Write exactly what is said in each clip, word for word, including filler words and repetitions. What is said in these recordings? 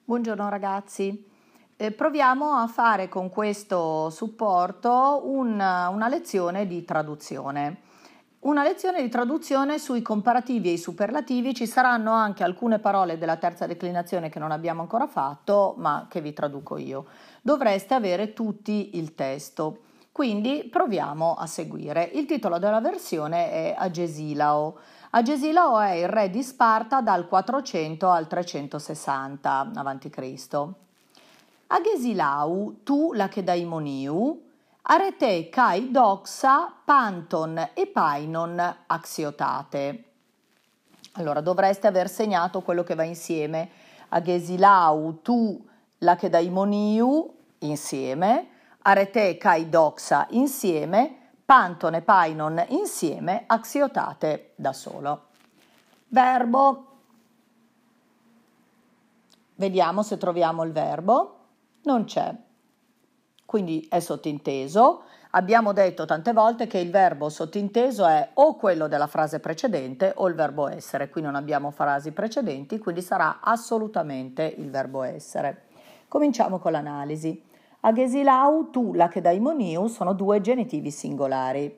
Buongiorno ragazzi, eh, proviamo a fare con questo supporto un- una lezione di traduzione. Una lezione di traduzione sui comparativi e i superlativi. Ci saranno anche alcune parole della terza declinazione che non abbiamo ancora fatto, ma che vi traduco io. Dovreste avere tutti il testo, quindi proviamo a seguire. Il titolo della versione è Agesilao. Agesilao è il re di Sparta dal quattrocento al trecentosessanta avanti Cristo. Agesilau tu Lachedaimoniu, arete kai doxa panton e painon axiotate. Allora dovreste aver segnato quello che va insieme. Agesilau tu Lachedaimoniu insieme, arete kai doxa insieme, Panton e Painon insieme, axiotate da solo. Verbo. Vediamo se troviamo il verbo. Non c'è. Quindi è sottinteso. Abbiamo detto tante volte che il verbo sottinteso è o quello della frase precedente o il verbo essere. Qui non abbiamo frasi precedenti, quindi sarà assolutamente il verbo essere. Cominciamo con l'analisi. Agesilau, tu, Lachedaimoniu sono due genitivi singolari.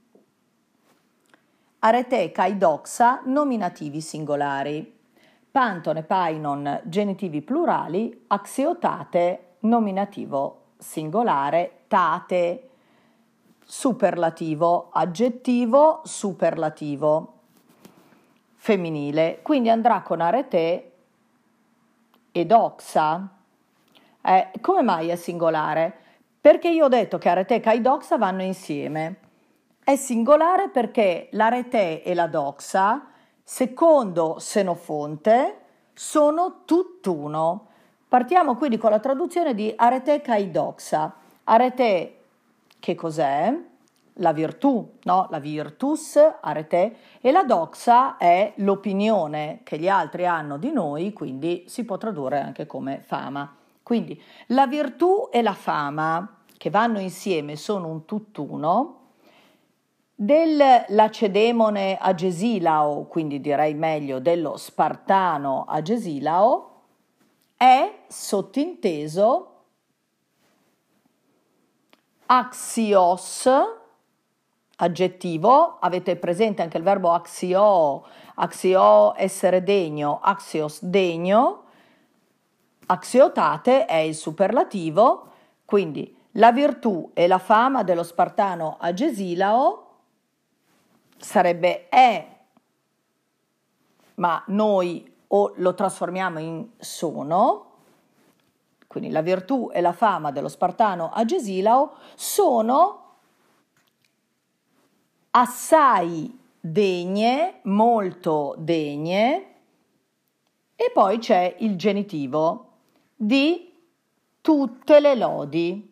Arete, kai doxa, nominativi singolari. Panton e painon, genitivi plurali. Axiotate, nominativo singolare. Tate, superlativo, aggettivo, superlativo, femminile. Quindi andrà con arete e doxa. Eh, come mai è singolare? Perché io ho detto che arete, kai doxa vanno insieme. È singolare perché l'arete e la doxa, secondo Senofonte, sono tutt'uno. Partiamo quindi con la traduzione di arete kai doxa. Arete, che cos'è? La virtù, no? La virtus, arete, e la doxa è l'opinione che gli altri hanno di noi, quindi si può tradurre anche come fama. Quindi la virtù e la fama, che vanno insieme, sono un tutt'uno. Del Lacedemone Agesilao, quindi direi meglio dello Spartano Agesilao, è sottinteso axios, aggettivo. Avete presente anche il verbo axio, axio essere degno, axios degno. Axiotate è il superlativo, quindi la virtù e la fama dello Spartano Agesilao sarebbe è, ma noi o lo trasformiamo in sono. Quindi la virtù e la fama dello Spartano Agesilao sono assai degne, molto degne, e poi c'è il genitivo di tutte le lodi.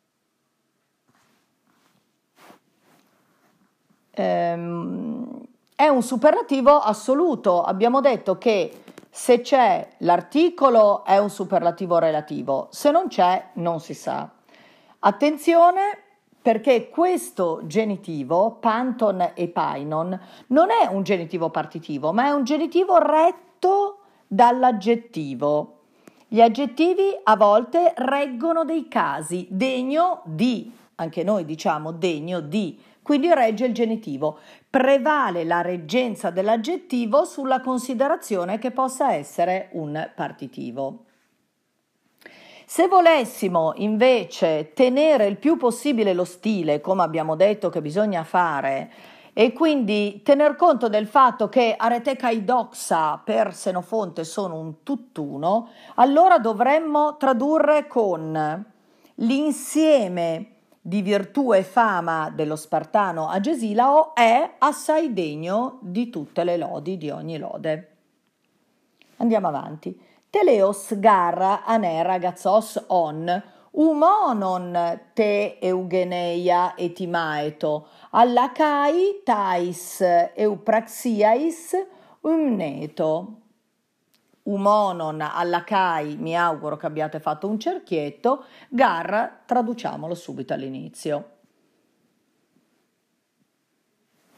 Ehm, è un superlativo assoluto. Abbiamo detto che se c'è l'articolo è un superlativo relativo, se non c'è non si sa. Attenzione, perché questo genitivo, panton e painon, non è un genitivo partitivo, ma è un genitivo retto dall'aggettivo. Gli aggettivi a volte reggono dei casi, degno di, anche noi diciamo degno di, quindi regge il genitivo. Prevale la reggenza dell'aggettivo sulla considerazione che possa essere un partitivo. Se volessimo invece tenere il più possibile lo stile, come abbiamo detto che bisogna fare, e quindi tener conto del fatto che arete kai doxa per Senofonte sono un tutt'uno, allora dovremmo tradurre con l'insieme di virtù e fama dello Spartano Agesilao è assai degno di tutte le lodi, di ogni lode. Andiamo avanti. Teleos garra ane ragazzos on, umonon te eugeneia etimaeto, allacai tais eupraxiais umneto. Umonon allacai, mi auguro che abbiate fatto un cerchietto, garra, traduciamolo subito all'inizio.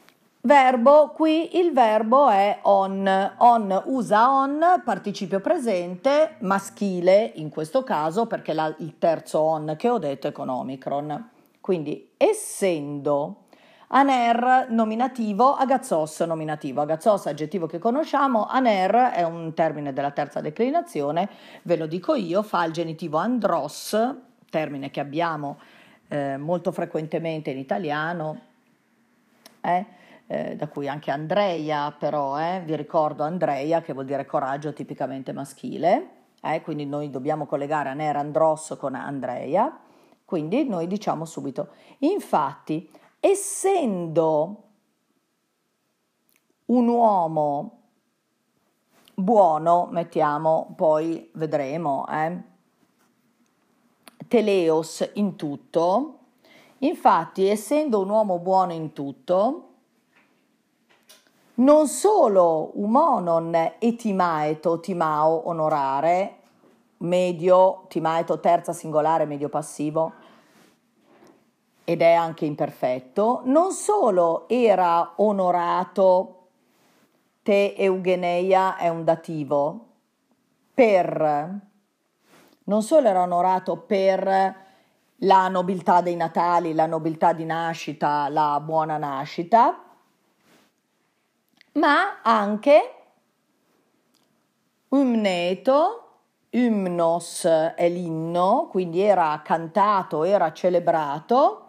Verbo, qui il verbo è on, on usa on, participio presente, maschile in questo caso perché la, il terzo on che ho detto è con omicron. Quindi essendo aner nominativo, agazzos nominativo, agazzos aggettivo che conosciamo, aner è un termine della terza declinazione, ve lo dico io, fa il genitivo andros, termine che abbiamo eh, molto frequentemente in italiano, eh, Eh, da cui anche Andreia, però, eh, vi ricordo Andreia che vuol dire coraggio tipicamente maschile, eh, quindi noi dobbiamo collegare Aner Andros con Andreia, quindi noi diciamo subito, infatti, essendo un uomo buono, mettiamo, poi vedremo, eh, teleos in tutto, infatti essendo un uomo buono in tutto, non solo humonon etimaeto, timao, onorare, medio, timaeto, terza singolare, medio passivo, ed è anche imperfetto, non solo era onorato, te eugeneia è un dativo, per, non solo era onorato per la nobiltà dei natali, la nobiltà di nascita, la buona nascita, ma anche umneto, ymnos è l'inno, quindi era cantato, era celebrato,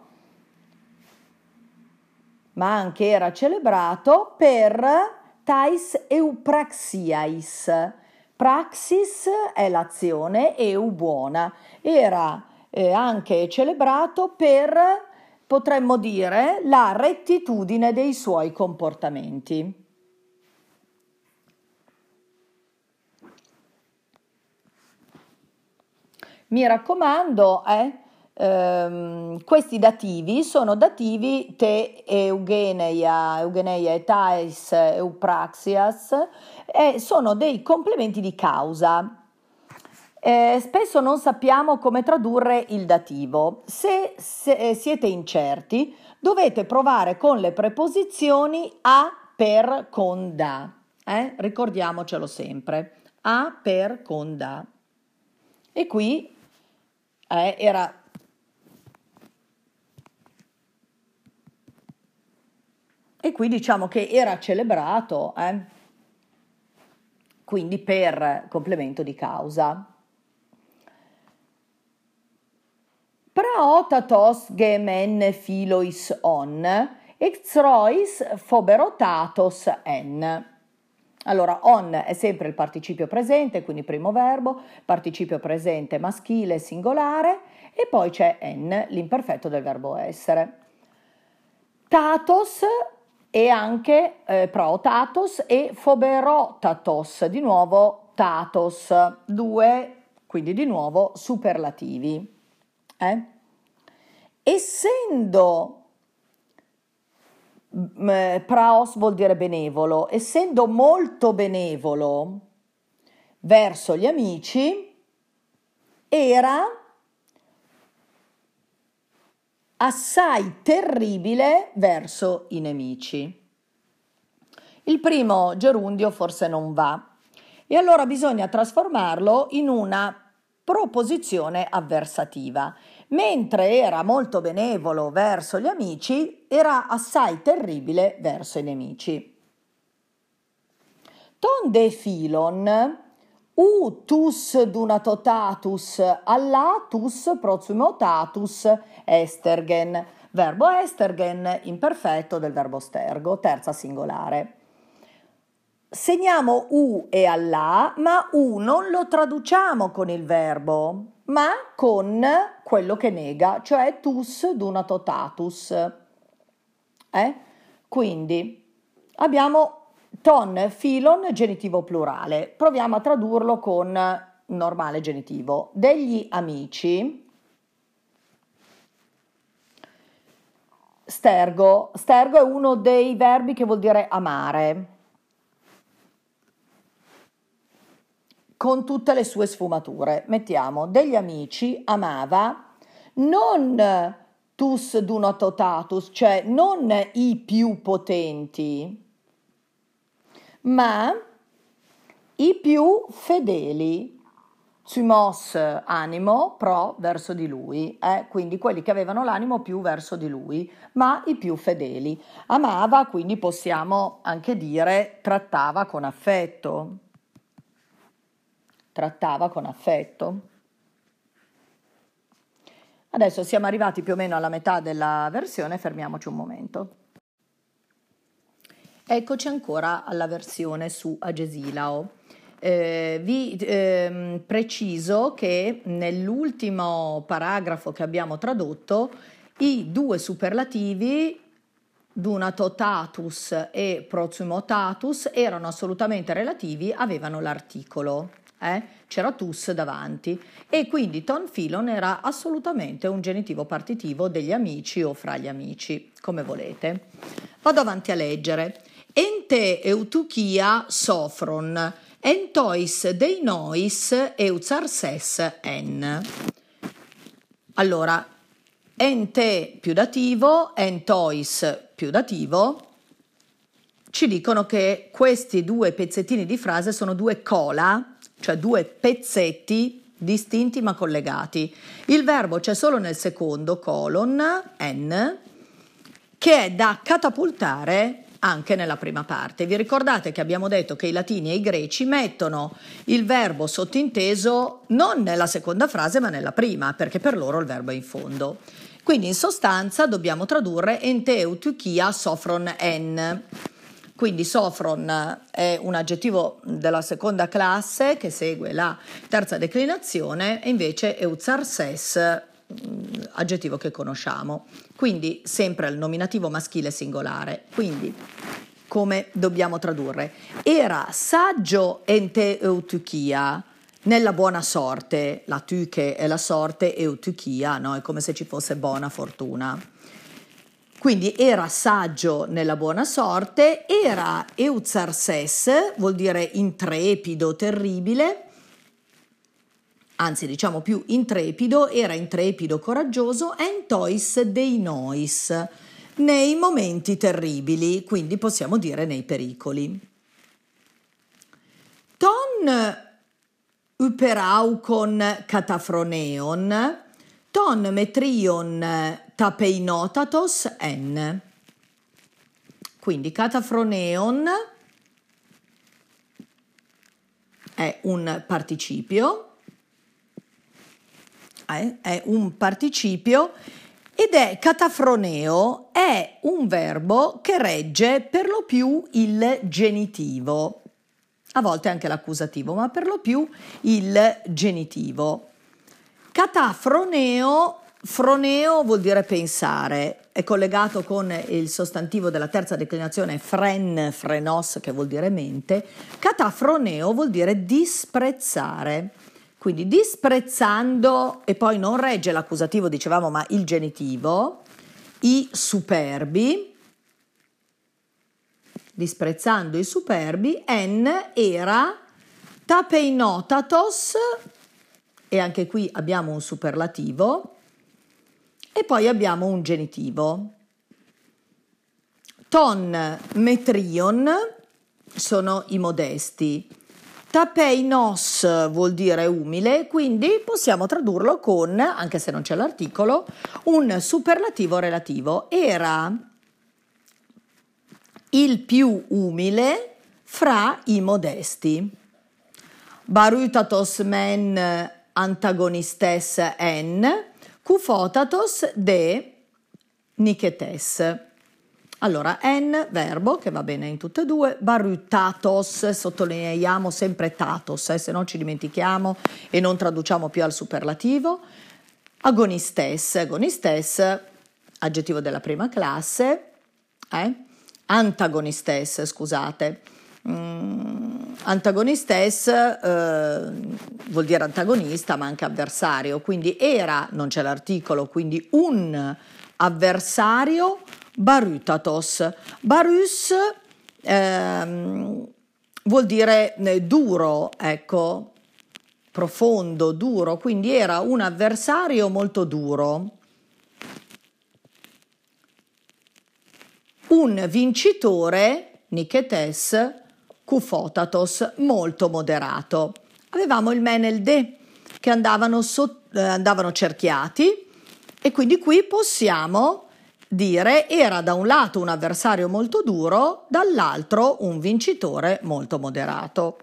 ma anche era celebrato per tais eupraxiais. Praxis è l'azione, eu buona. Era eh, anche celebrato per, potremmo dire, la rettitudine dei suoi comportamenti. Mi raccomando, eh, ehm, questi dativi sono dativi te eugeneia, eugeneia e tais eupraxias, e sono dei complementi di causa. Eh, spesso non sappiamo come tradurre il dativo. Se, se siete incerti, dovete provare con le preposizioni a, per, con, da. Eh? Ricordiamocelo sempre. A, per, con, da. E qui eh, era e qui diciamo che era celebrato, eh, quindi per complemento di causa. Praotatos gemen philois on, extrois foberotatos en. Allora, on è sempre il participio presente, quindi primo verbo, participio presente maschile singolare, e poi c'è en, l'imperfetto del verbo essere. Tatos e anche eh, protatos e foberotatos, di nuovo tatos, due, quindi di nuovo superlativi. Eh? Essendo praos vuol dire benevolo, essendo molto benevolo verso gli amici, era assai terribile verso i nemici. Il primo gerundio forse non va e allora bisogna trasformarlo in una proposizione avversativa. Mentre era molto benevolo verso gli amici, era assai terribile verso i nemici. Tonde philon, u tus dunatotatus allatus proximotatus estergen, verbo estergen imperfetto del verbo stergo, terza singolare. Segniamo u e alla, ma u non lo traduciamo con il verbo, ma con quello che nega, cioè tus dunatotatus. Eh? Quindi abbiamo ton, philon, genitivo plurale. Proviamo a tradurlo con normale genitivo. Degli amici, stergo. Stergo è uno dei verbi che vuol dire amare, con tutte le sue sfumature. Mettiamo degli amici, amava, non tus dunototatus, cioè non i più potenti, ma i più fedeli. Sumos animo pro verso di lui, eh? Quindi quelli che avevano l'animo più verso di lui, ma i più fedeli. Amava, quindi possiamo anche dire trattava con affetto. Trattava con affetto. Adesso siamo arrivati più o meno alla metà della versione, fermiamoci un momento. Eccoci ancora alla versione su Agesilao. Eh, vi eh, preciso che nell'ultimo paragrafo che abbiamo tradotto i due superlativi dunatotatus e proximotatus erano assolutamente relativi, avevano l'articolo, eh? C'era tus davanti e quindi ton philon era assolutamente un genitivo partitivo degli amici o fra gli amici, come volete. Vado avanti a leggere. Ente eutuchia sofron entois deinois euxarses en. Allora, ente più dativo, entois più dativo, ci dicono che questi due pezzettini di frase sono due cola, cioè due pezzetti distinti ma collegati. Il verbo c'è solo nel secondo colon, en, che è da catapultare anche nella prima parte. Vi ricordate che abbiamo detto che i latini e i greci mettono il verbo sottinteso non nella seconda frase ma nella prima, perché per loro il verbo è in fondo. Quindi in sostanza dobbiamo tradurre ente eutuchia sofron en. Quindi sofron è un aggettivo della seconda classe che segue la terza declinazione e invece euxarses aggettivo che conosciamo, quindi sempre al nominativo maschile singolare. Quindi come dobbiamo tradurre? Era saggio ente eutuchia, nella buona sorte, la tuche è la sorte, eutuchia, no? È come se ci fosse buona fortuna. Quindi era saggio nella buona sorte, era euxarses, vuol dire intrepido, terribile, anzi diciamo più intrepido, era intrepido, coraggioso, entois deinois, nei momenti terribili, quindi possiamo dire nei pericoli. Ton uperaucon catafroneon, ton metrion tapeinotatos en. Quindi catafroneon è un participio, è un participio ed è catafroneo, è un verbo che regge per lo più il genitivo, a volte anche l'accusativo, ma per lo più il genitivo. Catafroneo, froneo vuol dire pensare, è collegato con il sostantivo della terza declinazione fren, frenos, che vuol dire mente. Catafroneo vuol dire disprezzare. Quindi disprezzando, e poi non regge l'accusativo, dicevamo, ma il genitivo, i superbi, disprezzando i superbi, en era tapeinotatos, e anche qui abbiamo un superlativo, e poi abbiamo un genitivo. Ton metrion sono i modesti. Tapeinos vuol dire umile, quindi possiamo tradurlo con, anche se non c'è l'articolo, un superlativo relativo. Era il più umile fra i modesti. Barutatos men antagonistes en, cufotatos de nicetes. Allora, en, verbo, che va bene in tutte e due, barutatos, sottolineiamo sempre tatos, eh, se no ci dimentichiamo e non traduciamo più al superlativo. Agonistes, agonistes, aggettivo della prima classe, eh? Antagonistes, scusate, mm, antagonistes eh, vuol dire antagonista ma anche avversario, quindi era, non c'è l'articolo, quindi un avversario. Barutatos, barus ehm, vuol dire eh, duro, ecco, profondo, duro, quindi era un avversario molto duro. un vincitore, Niketes, Kufotatos, molto moderato. Avevamo il me nel de che andavano, so, eh, andavano cerchiati, e quindi qui possiamo dire era da un lato un avversario molto duro, dall'altro un vincitore molto moderato.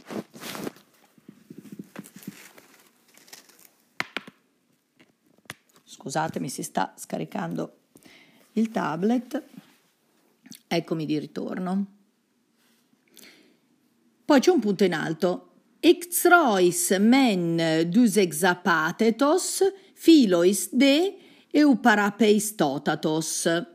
Scusatemi, si sta scaricando il tablet. Eccomi di ritorno. Poi c'è un punto in alto. Extrois men dus exapatetos, philois de euparapeistotatos.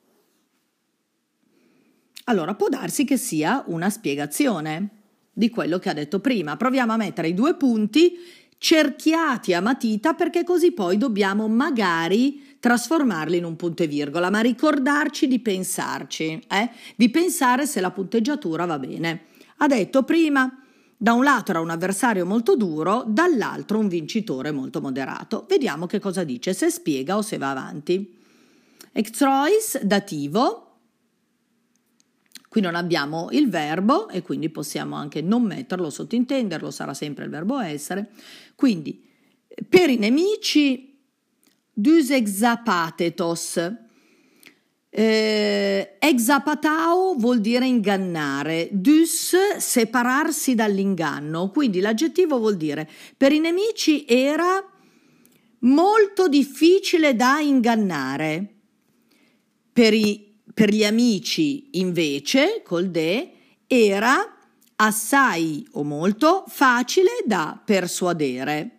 Allora può darsi che sia una spiegazione di quello che ha detto prima. Proviamo a mettere i due punti cerchiati a matita, perché così poi dobbiamo magari trasformarli in un punto e virgola, ma ricordarci di pensarci, eh? di pensare se la punteggiatura va bene. Ha detto prima, da un lato era un avversario molto duro, dall'altro un vincitore molto moderato. Vediamo che cosa dice, se spiega o se va avanti. Extrois, dativo. Qui non abbiamo il verbo e quindi possiamo anche non metterlo, sottintenderlo, sarà sempre il verbo essere. Quindi, per i nemici, dus exapatetos. Eh, exapatao vuol dire ingannare, dus separarsi dall'inganno, quindi l'aggettivo vuol dire per i nemici era molto difficile da ingannare, per, i, per gli amici invece col de era assai o molto facile da persuadere.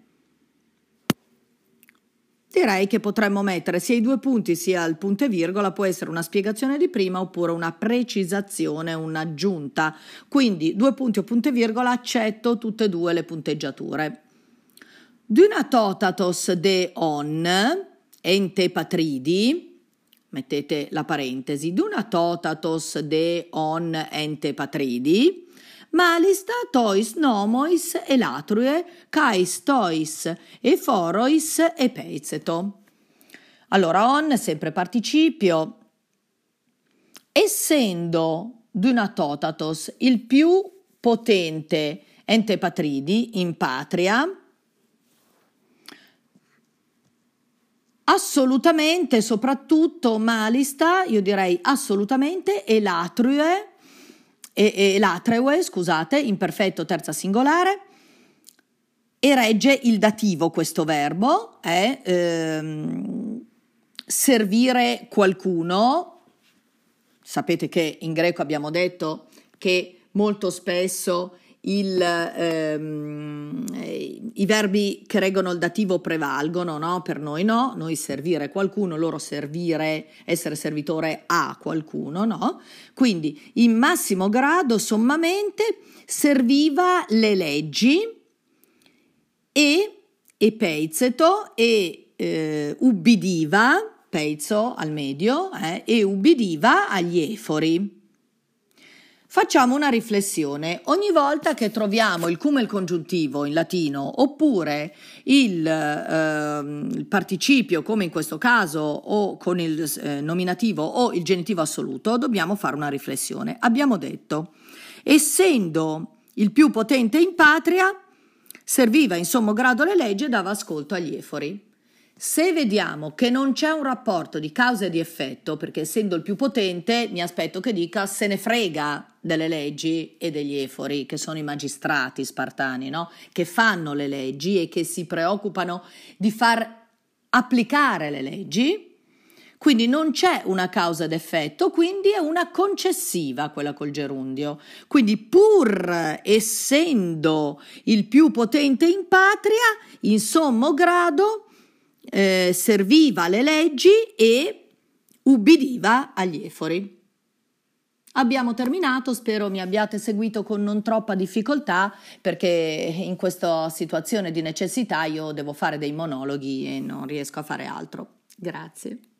Direi che potremmo mettere sia i due punti sia il punto e virgola, può essere una spiegazione di prima oppure una precisazione, un'aggiunta. Quindi due punti o punto e virgola, accetto tutte e due le punteggiature. Dynatotatos de on ente patridi, mettete la parentesi, Dynatotatos de on ente patridi, malista tois nomois e latrue, cais tois e forois e peizeto. Allora, on, sempre participio, essendo Dynatotatos il più potente ente patridi in patria, assolutamente, soprattutto malista, io direi assolutamente, e latrue, e, e latrue, scusate, imperfetto terza singolare, e regge il dativo questo verbo, è ehm, servire qualcuno. Sapete che in greco abbiamo detto che molto spesso il, ehm, i verbi che reggono il dativo prevalgono, no? Per noi no, noi servire qualcuno, loro servire, essere servitore a qualcuno, no? Quindi in massimo grado sommamente serviva le leggi e, e peizeto e eh, ubbidiva, peizo al medio, eh, e ubbidiva agli efori. Facciamo una riflessione. Ogni volta che troviamo il cum e il congiuntivo in latino oppure il, eh, il participio, come in questo caso, o con il eh, nominativo o il genitivo assoluto, dobbiamo fare una riflessione. Abbiamo detto, essendo il più potente in patria, serviva in sommo grado le leggi e dava ascolto agli efori. Se vediamo che non c'è un rapporto di causa e di effetto, perché essendo il più potente mi aspetto che dica se ne frega delle leggi e degli efori, che sono i magistrati spartani, no? Che fanno le leggi e che si preoccupano di far applicare le leggi, quindi non c'è una causa ed effetto, quindi è una concessiva quella col gerundio. Quindi pur essendo il più potente in patria, in sommo grado Eh, serviva le leggi e ubbidiva agli efori. Abbiamo terminato, spero mi abbiate seguito con non troppa difficoltà, perché in questa situazione di necessità io devo fare dei monologhi e non riesco a fare altro. Grazie.